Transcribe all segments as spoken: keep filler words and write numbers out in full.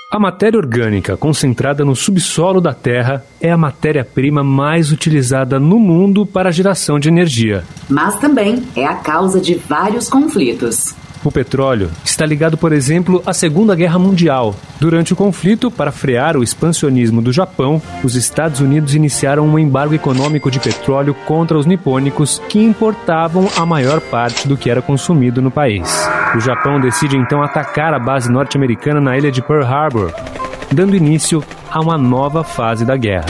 A matéria orgânica concentrada no subsolo da Terra é a matéria-prima mais utilizada no mundo para a geração de energia. Mas também é a causa de vários conflitos. O petróleo está ligado, por exemplo, à Segunda Guerra Mundial. Durante o conflito, para frear o expansionismo do Japão, os Estados Unidos iniciaram um embargo econômico de petróleo contra os nipônicos, que importavam a maior parte do que era consumido no país. O Japão decide então atacar a base norte-americana na ilha de Pearl Harbor, dando início a uma nova fase da guerra.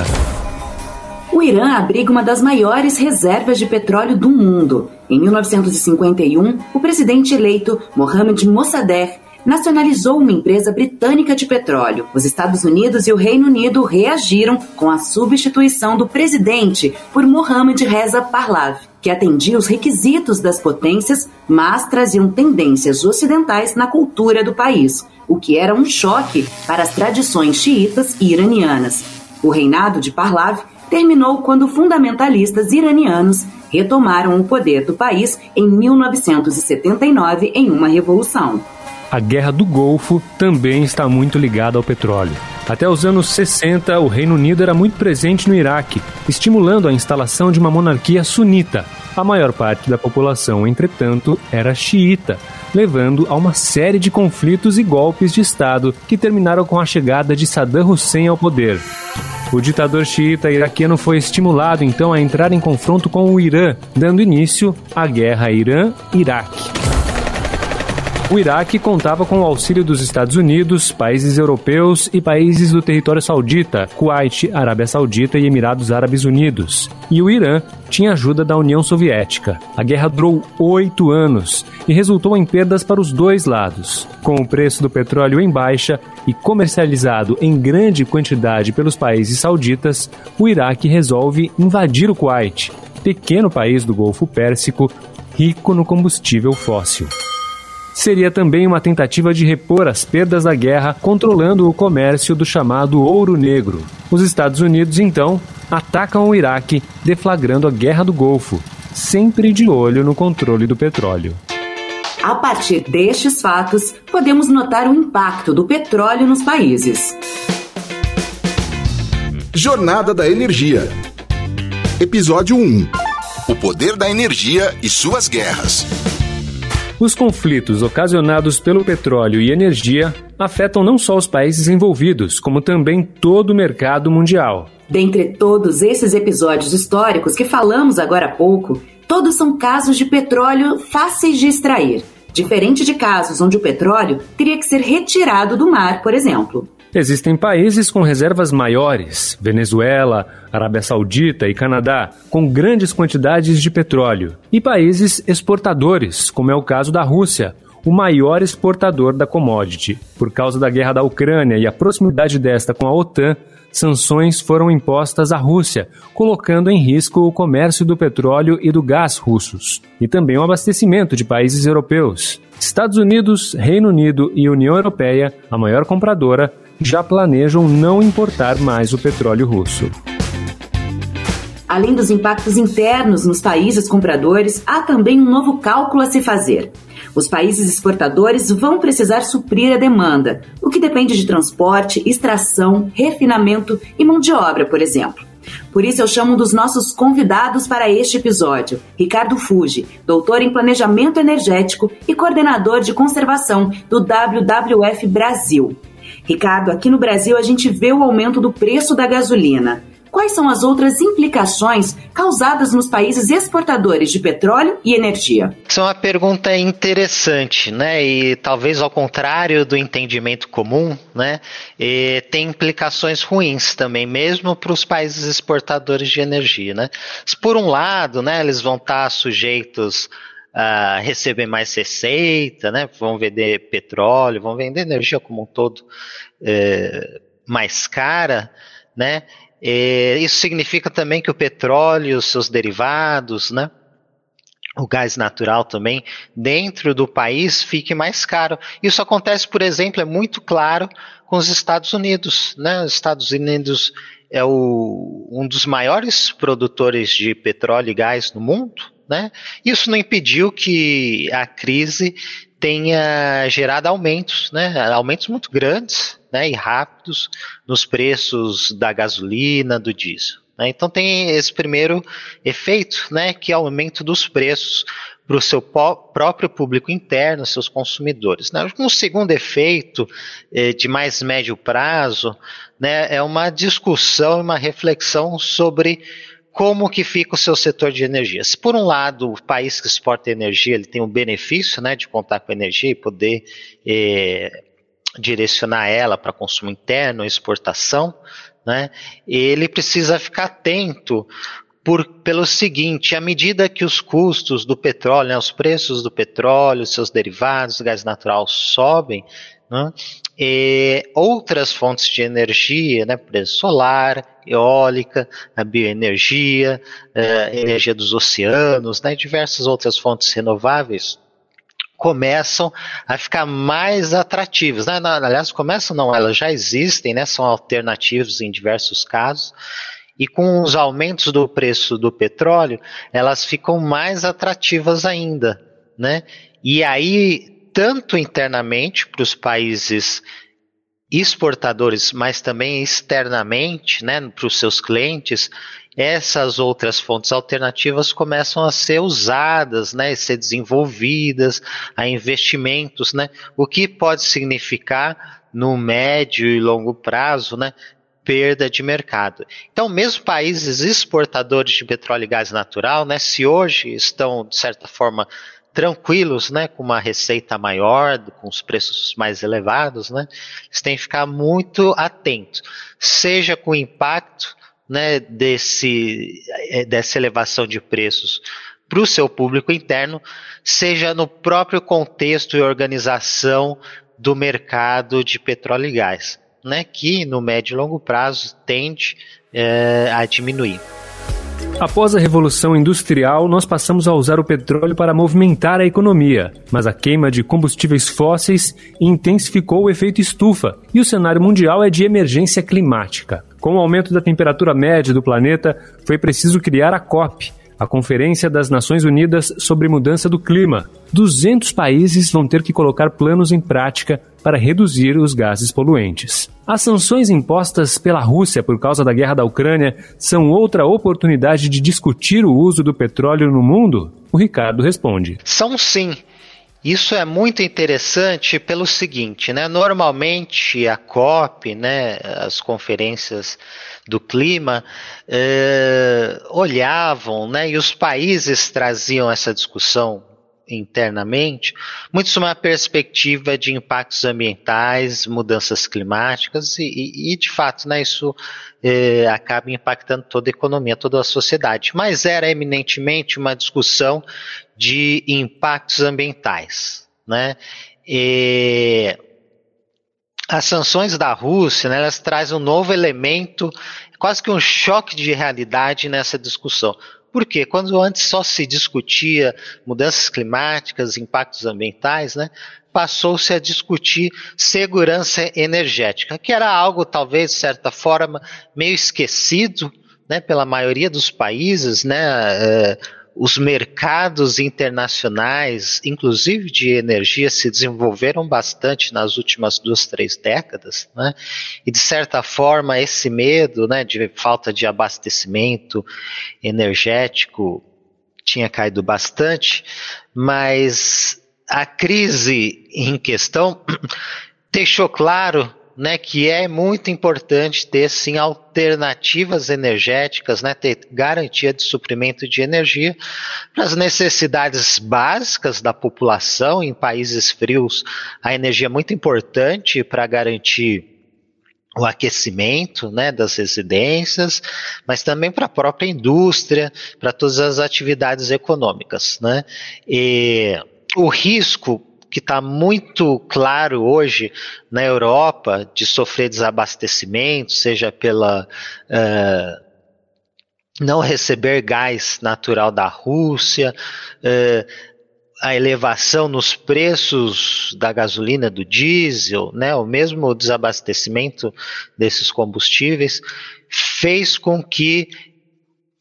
O Irã abriga uma das maiores reservas de petróleo do mundo. Em mil novecentos e cinquenta e um, o presidente eleito, Mohammad Mossadegh, nacionalizou uma empresa britânica de petróleo. Os Estados Unidos e o Reino Unido reagiram com a substituição do presidente por Mohammad Reza Pahlavi, que atendia os requisitos das potências, mas traziam tendências ocidentais na cultura do país, o que era um choque para as tradições xiitas e iranianas. O reinado de Pahlavi terminou quando fundamentalistas iranianos retomaram o poder do país em mil novecentos e setenta e nove em uma revolução. A Guerra do Golfo também está muito ligada ao petróleo. Até os anos sessenta, o Reino Unido era muito presente no Iraque, estimulando a instalação de uma monarquia sunita. A maior parte da população, entretanto, era xiita, levando a uma série de conflitos e golpes de Estado que terminaram com a chegada de Saddam Hussein ao poder. O ditador xiita iraquiano foi estimulado então a entrar em confronto com o Irã, dando início à Guerra Irã-Iraque. O Iraque contava com o auxílio dos Estados Unidos, países europeus e países do território saudita, Kuwait, Arábia Saudita e Emirados Árabes Unidos. E o Irã tinha ajuda da União Soviética. A guerra durou oito anos e resultou em perdas para os dois lados. Com o preço do petróleo em baixa e comercializado em grande quantidade pelos países sauditas, o Iraque resolve invadir o Kuwait, pequeno país do Golfo Pérsico, rico no combustível fóssil. Seria também uma tentativa de repor as perdas da guerra, controlando o comércio do chamado ouro negro. Os Estados Unidos, então, atacam o Iraque, deflagrando a Guerra do Golfo, sempre de olho no controle do petróleo. A partir destes fatos, podemos notar o impacto do petróleo nos países. Jornada da Energia. Episódio um. O poder da energia e suas guerras. Os conflitos ocasionados pelo petróleo e energia afetam não só os países envolvidos, como também todo o mercado mundial. Dentre todos esses episódios históricos que falamos agora há pouco, todos são casos de petróleo fáceis de extrair, diferente de casos onde o petróleo teria que ser retirado do mar, por exemplo. Existem países com reservas maiores, Venezuela, Arábia Saudita e Canadá, com grandes quantidades de petróleo, e países exportadores, como é o caso da Rússia, o maior exportador da commodity. Por causa da guerra da Ucrânia e a proximidade desta com a OTAN, sanções foram impostas à Rússia, colocando em risco o comércio do petróleo e do gás russos, e também o abastecimento de países europeus. Estados Unidos, Reino Unido e União Europeia, a maior compradora, já planejam não importar mais o petróleo russo. Além dos impactos internos nos países compradores, há também um novo cálculo a se fazer. Os países exportadores vão precisar suprir a demanda, o que depende de transporte, extração, refinamento e mão de obra, por exemplo. Por isso eu chamo um dos nossos convidados para este episódio, Ricardo Fuggi, doutor em Planejamento Energético e coordenador de conservação do W W F Brasil. Ricardo, aqui no Brasil a gente vê o aumento do preço da gasolina. Quais são as outras implicações causadas nos países exportadores de petróleo e energia? Isso é uma pergunta interessante, né? E talvez ao contrário do entendimento comum, né? E tem implicações ruins também, mesmo para os países exportadores de energia, né? Por um lado, né, eles vão estar sujeitos a receber mais receita, né? Vão vender petróleo, vão vender energia como um todo é, mais cara, né? E isso significa também que o petróleo, os seus derivados, né? O gás natural também, dentro do país, fique mais caro. Isso acontece, por exemplo, é muito claro com os Estados Unidos, né? Os Estados Unidos é o, um dos maiores produtores de petróleo e gás no mundo, né? Isso não impediu que a crise tenha gerado aumentos, né, aumentos muito grandes, né, e rápidos nos preços da gasolina, do diesel. Né? Então tem esse primeiro efeito, né, que é o aumento dos preços para o seu próprio público interno, seus consumidores. Né? Um segundo efeito, eh, de mais médio prazo, né, é uma discussão e uma reflexão sobre como que fica o seu setor de energia. Se por um lado o país que exporta energia ele tem o benefício, né, de contar com energia e poder eh, direcionar ela para consumo interno, exportação, né, ele precisa ficar atento por, pelo seguinte: à medida que os custos do petróleo, né, os preços do petróleo, seus derivados, gás natural sobem, né, e outras fontes de energia, né, por exemplo, solar, eólica, a bioenergia, a energia dos oceanos, né, diversas outras fontes renováveis, começam a ficar mais atrativas, né? Aliás, começam não, elas já existem, né? São alternativas em diversos casos, e com os aumentos do preço do petróleo, elas ficam mais atrativas ainda, né? E aí, tanto internamente para os países exportadores, mas também externamente, né, para os seus clientes, essas outras fontes alternativas começam a ser usadas, né, a ser desenvolvidas, a investimentos, né, o que pode significar no médio e longo prazo, né, perda de mercado. Então, mesmo países exportadores de petróleo e gás natural, né, se hoje estão, de certa forma, tranquilos, né, com uma receita maior, com os preços mais elevados, né, eles têm que ficar muito atentos, seja com o impacto, né, desse, dessa elevação de preços para o seu público interno, seja no próprio contexto e organização do mercado de petróleo e gás, né, que no médio e longo prazo tende é, a diminuir. Após a Revolução Industrial, nós passamos a usar o petróleo para movimentar a economia, mas a queima de combustíveis fósseis intensificou o efeito estufa e o cenário mundial é de emergência climática. Com o aumento da temperatura média do planeta, foi preciso criar a COP, a Conferência das Nações Unidas sobre Mudança do Clima. duzentos países vão ter que colocar planos em prática para reduzir os gases poluentes. As sanções impostas pela Rússia por causa da guerra da Ucrânia são outra oportunidade de discutir o uso do petróleo no mundo? O Ricardo responde. São sim. Isso é muito interessante pelo seguinte, né? Normalmente a COP, né, as conferências do clima, eh, olhavam, né, e os países traziam essa discussão internamente, muito sob uma perspectiva de impactos ambientais, mudanças climáticas e, e, e de fato, né, isso eh, acaba impactando toda a economia, toda a sociedade. Mas era eminentemente uma discussão de impactos ambientais, né? E as sanções da Rússia, né, elas trazem um novo elemento, quase que um choque de realidade nessa discussão. Por quê? Quando antes só se discutia mudanças climáticas, impactos ambientais, né, passou-se a discutir segurança energética, que era algo talvez, de certa forma, meio esquecido, né, pela maioria dos países, né, é, os mercados internacionais, inclusive de energia, se desenvolveram bastante nas últimas duas, três décadas, né? E de certa forma esse medo, né, de falta de abastecimento energético tinha caído bastante, mas a crise em questão deixou claro, né, que é muito importante ter sim alternativas energéticas, né, ter garantia de suprimento de energia para as necessidades básicas da população. Em países frios, a energia é muito importante para garantir o aquecimento, né, das residências, mas também para a própria indústria, para todas as atividades econômicas, né. E o risco que está muito claro hoje na Europa de sofrer desabastecimento, seja pela uh, não receber gás natural da Rússia, uh, a elevação nos preços da gasolina, do diesel, né, o mesmo desabastecimento desses combustíveis, fez com que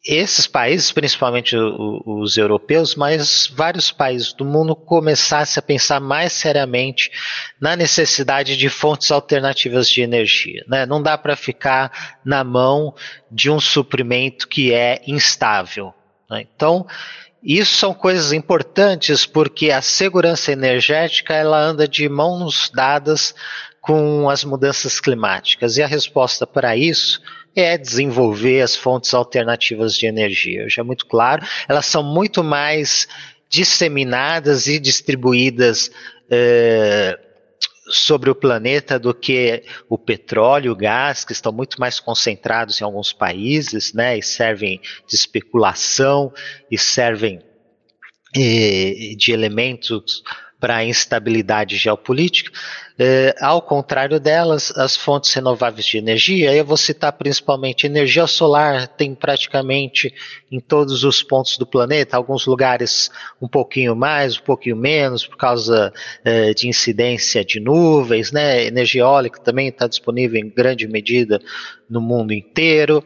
esses países, principalmente os europeus, mas vários países do mundo começassem a pensar mais seriamente na necessidade de fontes alternativas de energia, né? Não dá para ficar na mão de um suprimento que é instável, né? Então, isso são coisas importantes porque a segurança energética ela anda de mãos dadas com as mudanças climáticas, e a resposta para isso é desenvolver as fontes alternativas de energia. Já é muito claro, elas são muito mais disseminadas e distribuídas eh, sobre o planeta do que o petróleo e o gás, que estão muito mais concentrados em alguns países, né, e servem de especulação e servem eh, de elementos para a instabilidade geopolítica. É, ao contrário delas, as fontes renováveis de energia, eu vou citar principalmente energia solar, tem praticamente em todos os pontos do planeta, alguns lugares um pouquinho mais, um pouquinho menos, por causa é, de incidência de nuvens, né? Energia eólica também está disponível em grande medida no mundo inteiro.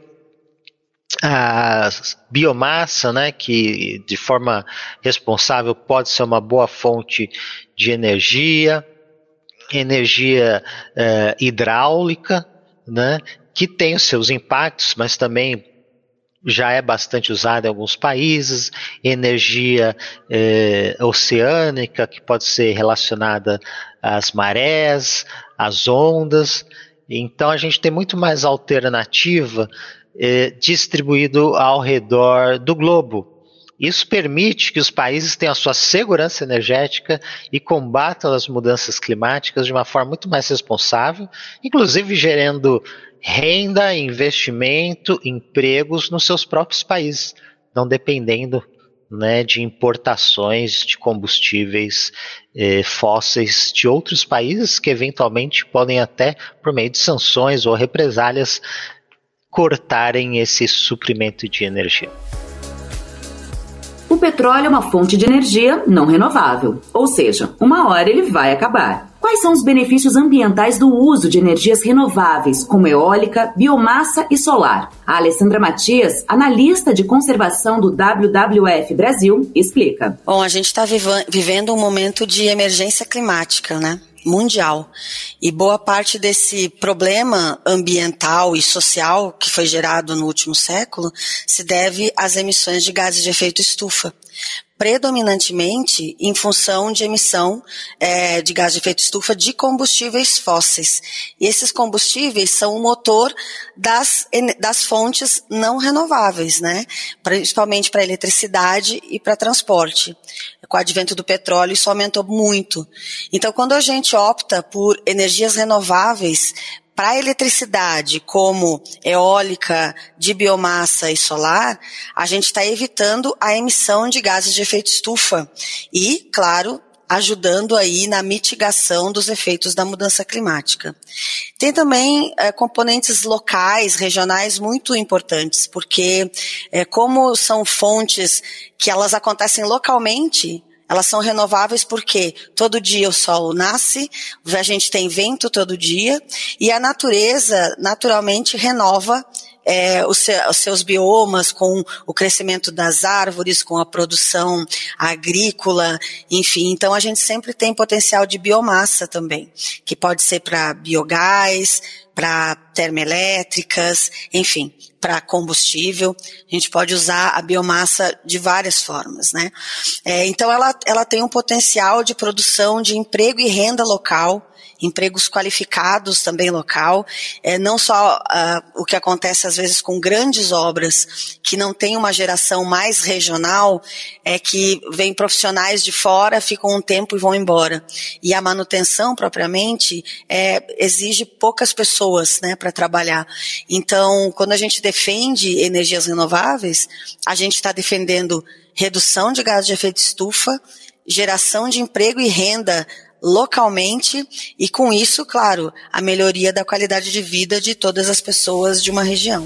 A biomassa, né, que de forma responsável pode ser uma boa fonte de energia, energia eh, hidráulica, né, que tem os seus impactos, mas também já é bastante usada em alguns países, energia eh, oceânica, que pode ser relacionada às marés, às ondas. Então a gente tem muito mais alternativa Eh, distribuído ao redor do globo. Isso permite que os países tenham a sua segurança energética e combatam as mudanças climáticas de uma forma muito mais responsável, inclusive gerando renda, investimento, empregos nos seus próprios países, não dependendo, né, de importações de combustíveis eh, fósseis de outros países que eventualmente podem até, por meio de sanções ou represálias, cortarem esse suprimento de energia. O petróleo é uma fonte de energia não renovável, ou seja, uma hora ele vai acabar. Quais são os benefícios ambientais do uso de energias renováveis, como eólica, biomassa e solar? A Alessandra Matias, analista de conservação do W W F Brasil, explica. Bom, a gente está vivendo um momento de emergência climática, né? Mundial. E boa parte desse problema ambiental e social que foi gerado no último século se deve às emissões de gases de efeito estufa, predominantemente em função de emissão é, de gás de efeito estufa de combustíveis fósseis. E esses combustíveis são o motor das, das fontes não renováveis, né? Principalmente para eletricidade e para transporte. Com o advento do petróleo, isso aumentou muito. Então, quando a gente opta por energias renováveis para a eletricidade, como eólica, de biomassa e solar, a gente está evitando a emissão de gases de efeito estufa e, claro, ajudando aí na mitigação dos efeitos da mudança climática. Tem também é, componentes locais, regionais muito importantes, porque é, como são fontes que elas acontecem localmente, elas são renováveis porque todo dia o sol nasce, a gente tem vento todo dia e a natureza naturalmente renova É, os, se, os seus biomas com o crescimento das árvores, com a produção agrícola, enfim. Então a gente sempre tem potencial de biomassa também, que pode ser para biogás, para termoelétricas, enfim, para combustível. A gente pode usar a biomassa de várias formas, né? É, então ela, ela tem um potencial de produção de emprego e renda local, empregos qualificados também local, é, não só uh, o que acontece às vezes com grandes obras que não tem uma geração mais regional, é que vêm profissionais de fora, ficam um tempo e vão embora. E a manutenção propriamente é, exige poucas pessoas, né, para trabalhar. Então, quando a gente defende energias renováveis, a gente está defendendo redução de gases de efeito estufa, geração de emprego e renda localmente e com isso, claro, a melhoria da qualidade de vida de todas as pessoas de uma região.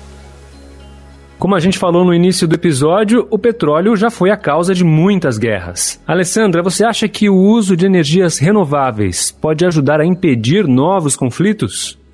Como a gente falou no início do episódio, o petróleo já foi a causa de muitas guerras. Alessandra, você acha que o uso de energias renováveis pode ajudar a impedir novos conflitos?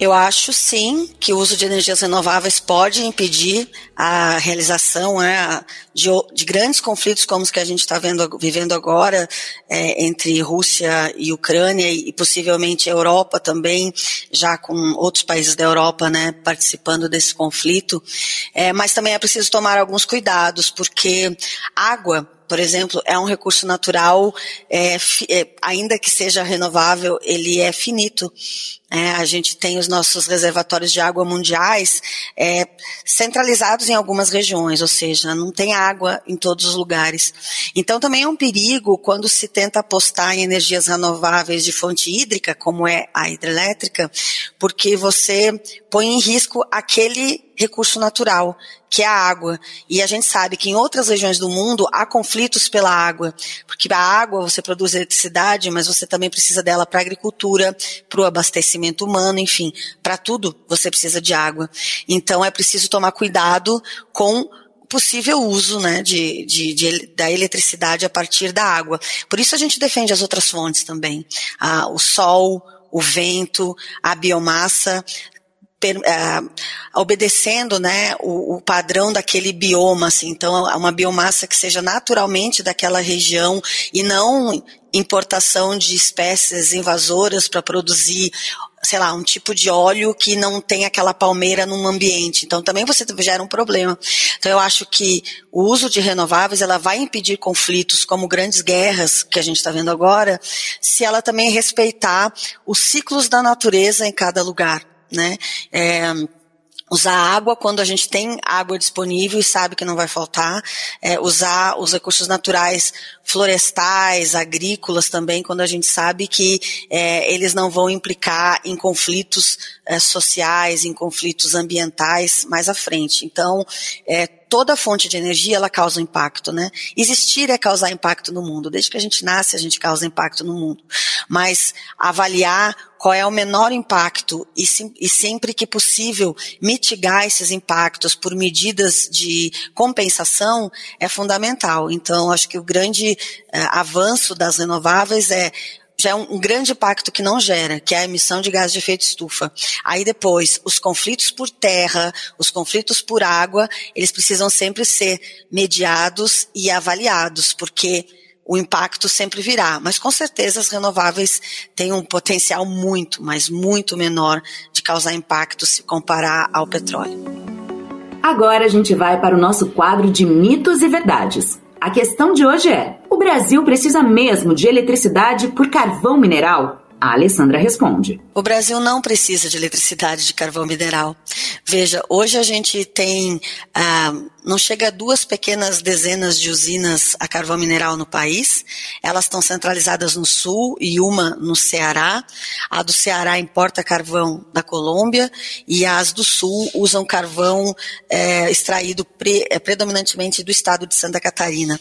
Eu acho sim que o uso de energias renováveis pode impedir a realização né, de, de grandes conflitos como os que a gente está vivendo agora é, entre Rússia e Ucrânia e possivelmente a Europa também, já com outros países da Europa né, participando desse conflito. É, mas também é preciso tomar alguns cuidados, porque água, por exemplo, é um recurso natural, é, é, ainda que seja renovável, ele é finito. É, a gente tem os nossos reservatórios de água mundiais é, centralizados em algumas regiões, ou seja, não tem água em todos os lugares. Então também é um perigo quando se tenta apostar em energias renováveis de fonte hídrica, como é a hidrelétrica, porque você põe em risco aquele recurso natural, que é a água. E a gente sabe que em outras regiões do mundo há conflitos pela água, porque a água você produz eletricidade, mas você também precisa dela para a agricultura, para o abastecimento humano, enfim, para tudo você precisa de água. Então é preciso tomar cuidado com possível uso né, de, de, de, da eletricidade a partir da água. Por isso a gente defende as outras fontes também, ah, o sol, o vento, a biomassa, Per, uh, obedecendo né, o, o padrão daquele bioma, assim, então uma biomassa que seja naturalmente daquela região e não importação de espécies invasoras para produzir, sei lá, um tipo de óleo que não tem aquela palmeira num ambiente. Então também você gera um problema. Então eu acho que o uso de renováveis ela vai impedir conflitos como grandes guerras que a gente está vendo agora, se ela também respeitar os ciclos da natureza em cada lugar. Né? É, usar água quando a gente tem água disponível e sabe que não vai faltar, é, usar os recursos naturais florestais, agrícolas também, quando a gente sabe que é, eles não vão implicar em conflitos é, sociais, em conflitos ambientais mais à frente. Então, é, toda fonte de energia, ela causa impacto, né? Existir é causar impacto no mundo. Desde que a gente nasce, a gente causa impacto no mundo. Mas avaliar qual é o menor impacto e, sim, e sempre que possível mitigar esses impactos por medidas de compensação é fundamental. Então, acho que o grande eh, avanço das renováveis é já é um, um grande impacto que não gera, que é a emissão de gás de efeito estufa. Aí depois, os conflitos por terra, os conflitos por água, eles precisam sempre ser mediados e avaliados, porque o impacto sempre virá. Mas com certeza as renováveis têm um potencial muito, mas muito menor de causar impacto se comparar ao petróleo. Agora a gente vai para o nosso quadro de mitos e verdades. A questão de hoje é: o Brasil precisa mesmo de eletricidade por carvão mineral? A Alessandra responde. O Brasil não precisa de eletricidade de carvão mineral. Veja, hoje a gente tem, ah, não chega a duas pequenas dezenas de usinas a carvão mineral no país. Elas estão centralizadas no sul e uma no Ceará. A do Ceará importa carvão da Colômbia e as do sul usam carvão é, extraído pre, é, predominantemente do estado de Santa Catarina.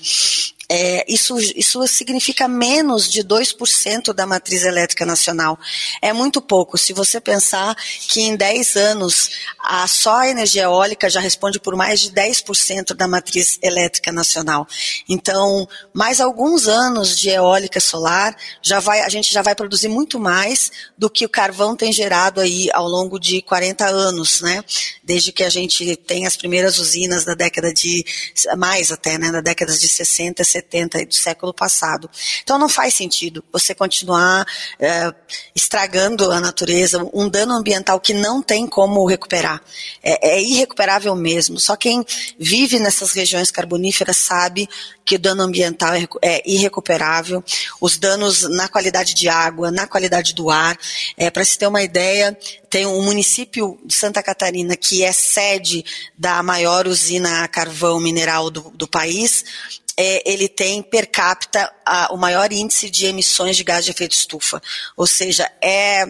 É, isso, isso significa menos de dois por cento da matriz elétrica nacional. É muito pouco. Se você pensar que em dez anos a só a energia eólica já responde por mais de dez por cento da matriz elétrica nacional. Então, mais alguns anos de eólica solar, já vai, a gente já vai produzir muito mais do que o carvão tem gerado aí ao longo de quarenta anos, né? Desde que a gente tem as primeiras usinas da década de, mais até, né? Da década de sessenta, setenta do século passado. Então não faz sentido você continuar é, estragando a natureza, um dano ambiental que não tem como recuperar. É, é irrecuperável mesmo. Só quem vive nessas regiões carboníferas sabe que o dano ambiental é, é irrecuperável. Os danos na qualidade de água, na qualidade do ar. É, para se ter uma ideia, tem um município de Santa Catarina que é sede da maior usina a carvão mineral do, do país. É, ele tem per capita a, o maior índice de emissões de gás de efeito estufa. Ou seja, é,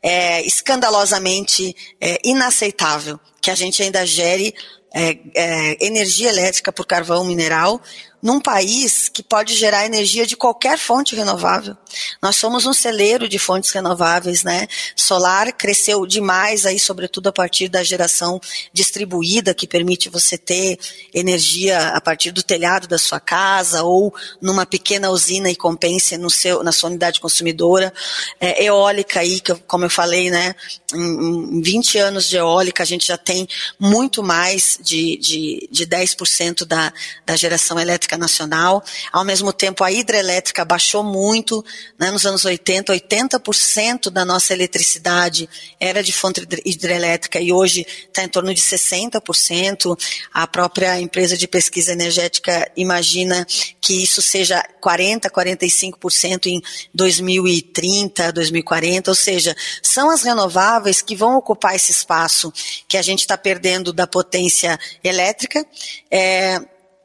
é escandalosamente é, inaceitável que a gente ainda gere é, é, energia elétrica por carvão mineral num país que pode gerar energia de qualquer fonte renovável. Nós somos um celeiro de fontes renováveis, né? Solar cresceu demais aí, sobretudo a partir da geração distribuída, que permite você ter energia a partir do telhado da sua casa ou numa pequena usina e compense no seu, na sua unidade consumidora. É, eólica aí, que eu, como eu falei, né? Em, em vinte anos de eólica, a gente já tem muito mais de, de, de dez por cento da, da geração elétrica nacional. Ao mesmo tempo, a hidrelétrica baixou muito, né, nos anos oitenta, oitenta por cento da nossa eletricidade era de fonte hidrelétrica e hoje está em torno de sessenta por cento. A própria empresa de pesquisa energética imagina que isso seja quarenta, quarenta e cinco por cento em dois mil e trinta, dois mil e quarenta, ou seja, são as renováveis que vão ocupar esse espaço que a gente está perdendo da potência elétrica, é,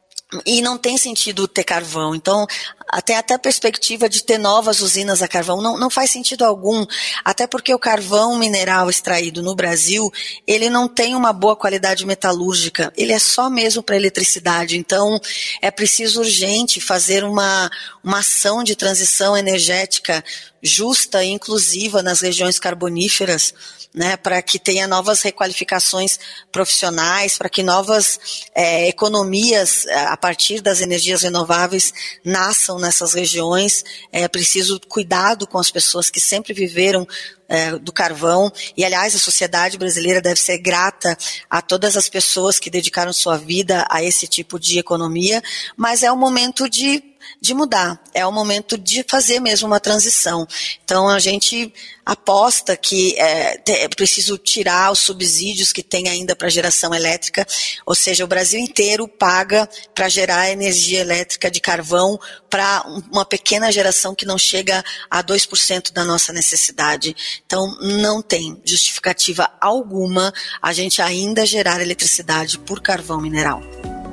e não tem sentido ter carvão. Então, até, até a perspectiva de ter novas usinas a carvão não, não faz sentido algum, até porque o carvão mineral extraído no Brasil, ele não tem uma boa qualidade metalúrgica, ele é só mesmo para eletricidade. Então, é preciso urgente fazer uma, uma ação de transição energética justa e inclusiva nas regiões carboníferas, né, para que tenha novas requalificações profissionais, para que novas é, economias a partir das energias renováveis nasçam nessas regiões. É preciso cuidado com as pessoas que sempre viveram é, do carvão, e aliás a sociedade brasileira deve ser grata a todas as pessoas que dedicaram sua vida a esse tipo de economia, mas é o momento de de mudar, é o momento de fazer mesmo uma transição. Então a gente aposta que é, é preciso tirar os subsídios que tem ainda para geração elétrica, ou seja, o Brasil inteiro paga para gerar energia elétrica de carvão para uma pequena geração que não chega a dois por cento da nossa necessidade. Então não tem justificativa alguma a gente ainda gerar eletricidade por carvão mineral.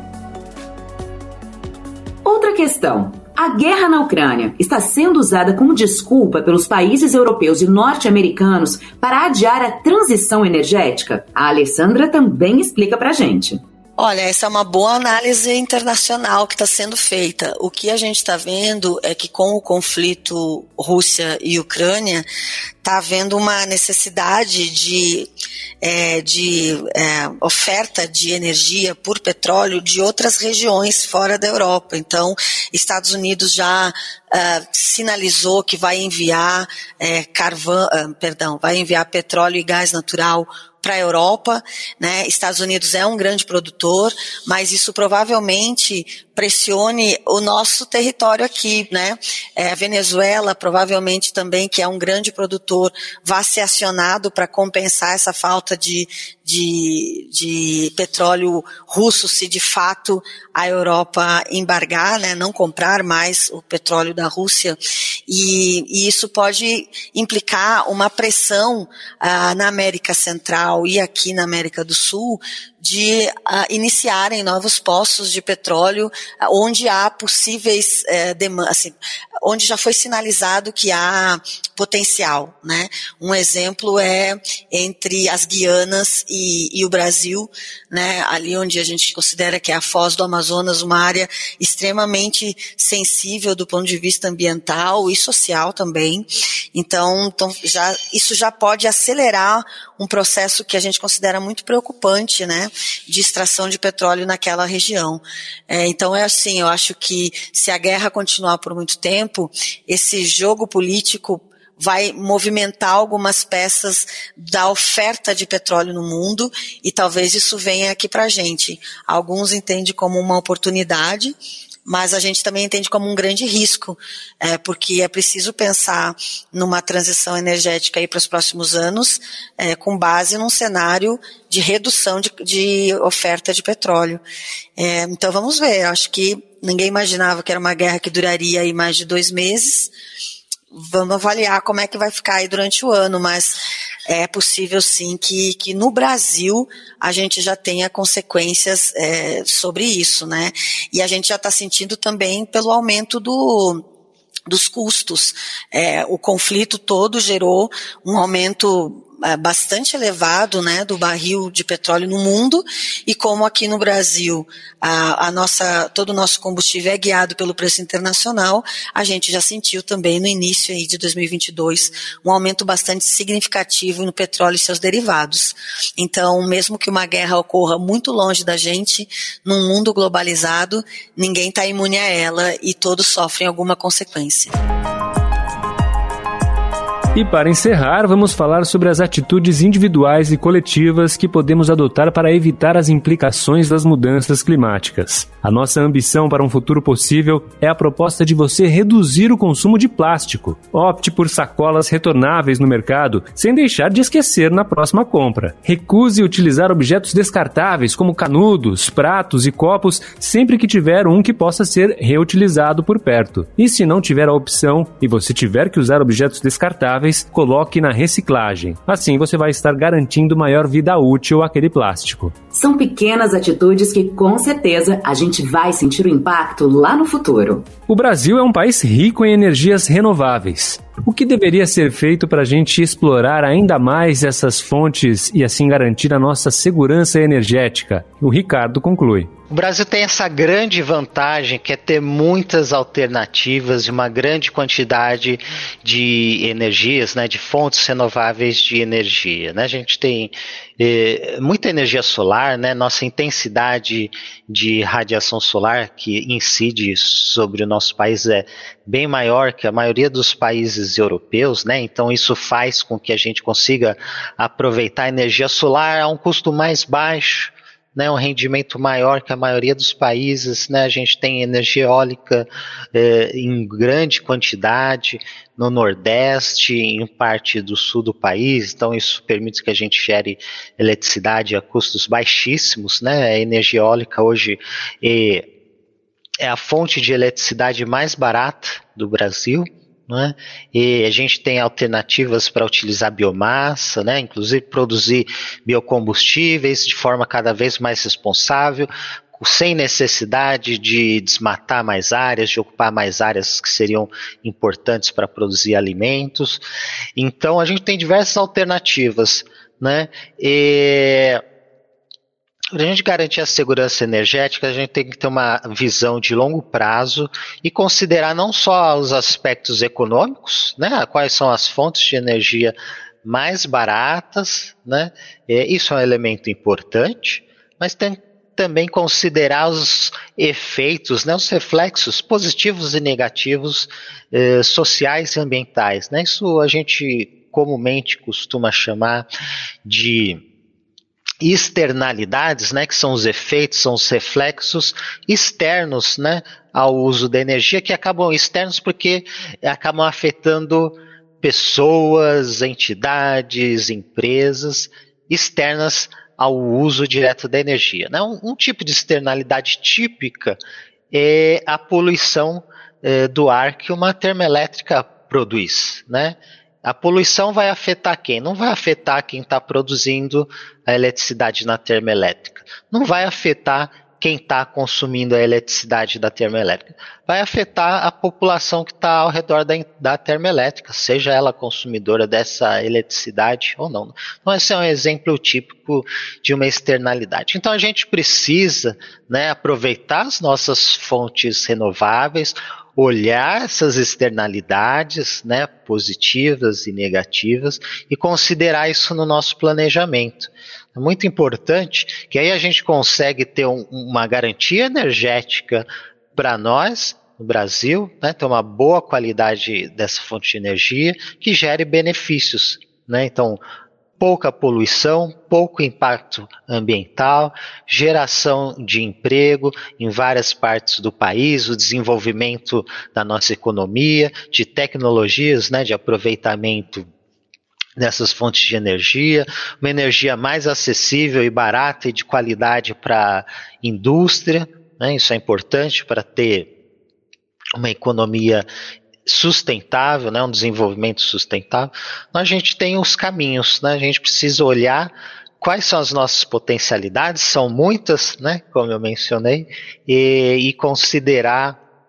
Outra questão. A guerra na Ucrânia está sendo usada como desculpa pelos países europeus e norte-americanos para adiar a transição energética? A Alessandra também explica pra gente. Olha, essa é uma boa análise internacional que está sendo feita. O que a gente está vendo é que com o conflito Rússia e Ucrânia está havendo uma necessidade de, é, de é, oferta de energia por petróleo de outras regiões fora da Europa. Então, Estados Unidos já uh, sinalizou que vai enviar é, carvão, uh, perdão, vai enviar petróleo e gás natural para a Europa, né? Estados Unidos é um grande produtor, mas isso provavelmente pressione o nosso território aqui, né? É, a Venezuela provavelmente também, que é um grande produtor, vai ser acionado para compensar essa falta de, de, de petróleo russo, se de fato a Europa embargar, né? Não comprar mais o petróleo da Rússia, e, e isso pode implicar uma pressão ah, na América Central e aqui na América do Sul de uh, iniciarem novos poços de petróleo uh, onde há possíveis uh, demandas, assim, onde já foi sinalizado que há potencial, né? Um exemplo é entre as Guianas e, e o Brasil, né? Ali onde a gente considera que é a Foz do Amazonas, uma área extremamente sensível do ponto de vista ambiental e social também. Então, então já, isso já pode acelerar um processo que a gente considera muito preocupante, né, de extração de petróleo naquela região. É, então é assim, eu acho que se a guerra continuar por muito tempo, esse jogo político vai movimentar algumas peças da oferta de petróleo no mundo e talvez isso venha aqui pra gente. Alguns entendem como uma oportunidade, mas a gente também entende como um grande risco, é, porque é preciso pensar numa transição energética aí para os próximos anos, é, com base num cenário de redução de, de oferta de petróleo. É, então vamos ver, acho que ninguém imaginava que era uma guerra que duraria aí mais de dois meses. Vamos avaliar como é que vai ficar aí durante o ano, mas é possível sim que, que no Brasil a gente já tenha consequências é, sobre isso, né? E a gente já está sentindo também pelo aumento do, dos custos. É, o conflito todo gerou um aumento é, bastante elevado, né, do barril de petróleo no mundo, e como aqui no Brasil a, a nossa, todo o nosso combustível é guiado pelo preço internacional, a gente já sentiu também no início aí de dois mil e vinte e dois um aumento bastante significativo no petróleo e seus derivados. Então, mesmo que uma guerra ocorra muito longe da gente, num mundo globalizado, ninguém está imune a ela e todos sofrem alguma consequência. E para encerrar, vamos falar sobre as atitudes individuais e coletivas que podemos adotar para evitar as implicações das mudanças climáticas. A nossa ambição para um futuro possível é a proposta de você reduzir o consumo de plástico. Opte por sacolas retornáveis no mercado, sem deixar de esquecer na próxima compra. Recuse utilizar objetos descartáveis como canudos, pratos e copos sempre que tiver um que possa ser reutilizado por perto. E se não tiver a opção e você tiver que usar objetos descartáveis, coloque na reciclagem. Assim você vai estar garantindo maior vida útil àquele plástico. São pequenas atitudes que, com certeza, a gente vai sentir o impacto lá no futuro. O Brasil é um país rico em energias renováveis. O que deveria ser feito para a gente explorar ainda mais essas fontes e assim garantir a nossa segurança energética? O Ricardo conclui. O Brasil tem essa grande vantagem que é ter muitas alternativas e uma grande quantidade de energias, né, de fontes renováveis de energia, né? A gente tem eh, muita energia solar, né? Nossa intensidade de radiação solar que incide sobre o nosso país é bem maior que a maioria dos países europeus, né? Então isso faz com que a gente consiga aproveitar a energia solar a um custo mais baixo, né, um rendimento maior que a maioria dos países, né? A gente tem energia eólica eh, em grande quantidade no Nordeste, em parte do sul do país, então isso permite que a gente gere eletricidade a custos baixíssimos, né? A energia eólica hoje é, é a fonte de eletricidade mais barata do Brasil. Né? E a gente tem alternativas para utilizar biomassa, né? Inclusive produzir biocombustíveis de forma cada vez mais responsável, sem necessidade de desmatar mais áreas, de ocupar mais áreas que seriam importantes para produzir alimentos. Então a gente tem diversas alternativas, né? E para a gente garantir a segurança energética, a gente tem que ter uma visão de longo prazo e considerar não só os aspectos econômicos, né, quais são as fontes de energia mais baratas, né, isso é um elemento importante, mas tem que também considerar os efeitos, né, os reflexos positivos e negativos eh, sociais e ambientais, né, isso a gente comumente costuma chamar de externalidades, né, que são os efeitos, são os reflexos externos, né, ao uso da energia, que acabam externos porque acabam afetando pessoas, entidades, empresas externas ao uso direto da energia, né? Um, um tipo de externalidade típica é a poluição é, do ar que uma termoelétrica produz, né? A poluição vai afetar quem? Não vai afetar quem está produzindo a eletricidade na termoelétrica. Não vai afetar quem está consumindo a eletricidade da termoelétrica. Vai afetar a população que está ao redor da, da termoelétrica, seja ela consumidora dessa eletricidade ou não. Então esse é um exemplo típico de uma externalidade. Então a gente precisa, né, aproveitar as nossas fontes renováveis, olhar essas externalidades, né, positivas e negativas, e considerar isso no nosso planejamento. É muito importante que aí a gente consegue ter um, uma garantia energética para nós, no Brasil, né, ter uma boa qualidade dessa fonte de energia que gere benefícios, né? Então, pouca poluição, pouco impacto ambiental, geração de emprego em várias partes do país, o desenvolvimento da nossa economia, de tecnologias, né, de aproveitamento dessas fontes de energia, uma energia mais acessível e barata e de qualidade para a indústria, né, isso é importante para ter uma economia sustentável, né, um desenvolvimento sustentável. A gente tem os caminhos, né, a gente precisa olhar quais são as nossas potencialidades, são muitas, né, como eu mencionei, e, e considerar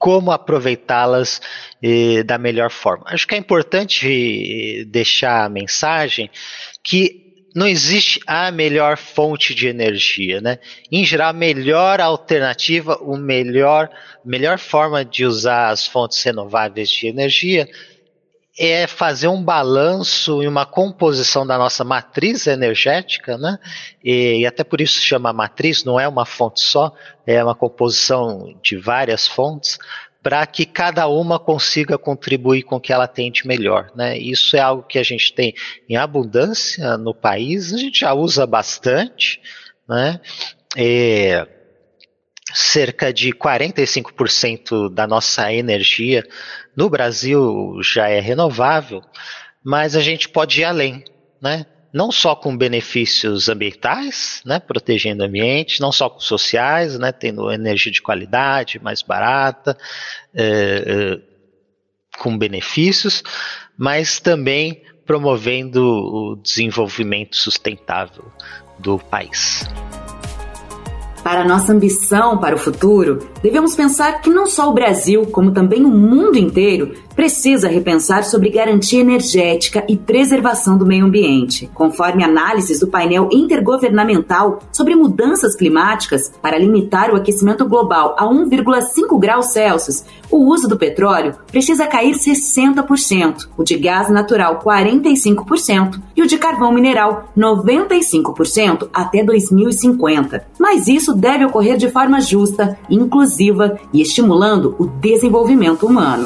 como aproveitá-las eh, da melhor forma. Acho que é importante deixar a mensagem que não existe a melhor fonte de energia, né? Em geral, a melhor alternativa, a melhor, melhor forma de usar as fontes renováveis de energia é fazer um balanço e uma composição da nossa matriz energética, né? E, e até por isso se chama matriz, não é uma fonte só, é uma composição de várias fontes, para que cada uma consiga contribuir com o que ela tem de melhor, né? Isso é algo que a gente tem em abundância no país, a gente já usa bastante, né? E cerca de quarenta e cinco por cento da nossa energia no Brasil já é renovável, mas a gente pode ir além, né? Não só com benefícios ambientais, né, protegendo o ambiente, não só com sociais, né, tendo energia de qualidade, mais barata, é, é, com benefícios, mas também promovendo o desenvolvimento sustentável do país. Para a nossa ambição para o futuro, devemos pensar que não só o Brasil, como também o mundo inteiro, precisa repensar sobre garantia energética e preservação do meio ambiente. Conforme análises do painel intergovernamental sobre mudanças climáticas para limitar o aquecimento global a um vírgula cinco graus Celsius, o uso do petróleo precisa cair sessenta por cento, o de gás natural quarenta e cinco por cento e o de carvão mineral noventa e cinco por cento até dois mil e cinquenta. Mas isso deve ocorrer de forma justa, inclusiva e estimulando o desenvolvimento humano.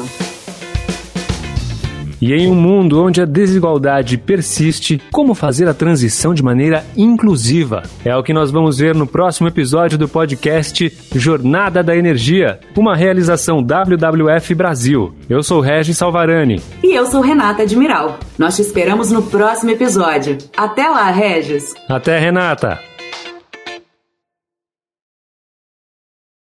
E em um mundo onde a desigualdade persiste, como fazer a transição de maneira inclusiva? É o que nós vamos ver no próximo episódio do podcast Jornada da Energia, uma realização W W F Brasil. Eu sou Regis Salvarani. E eu sou Renata Admiral. Nós te esperamos no próximo episódio. Até lá, Regis. Até, Renata.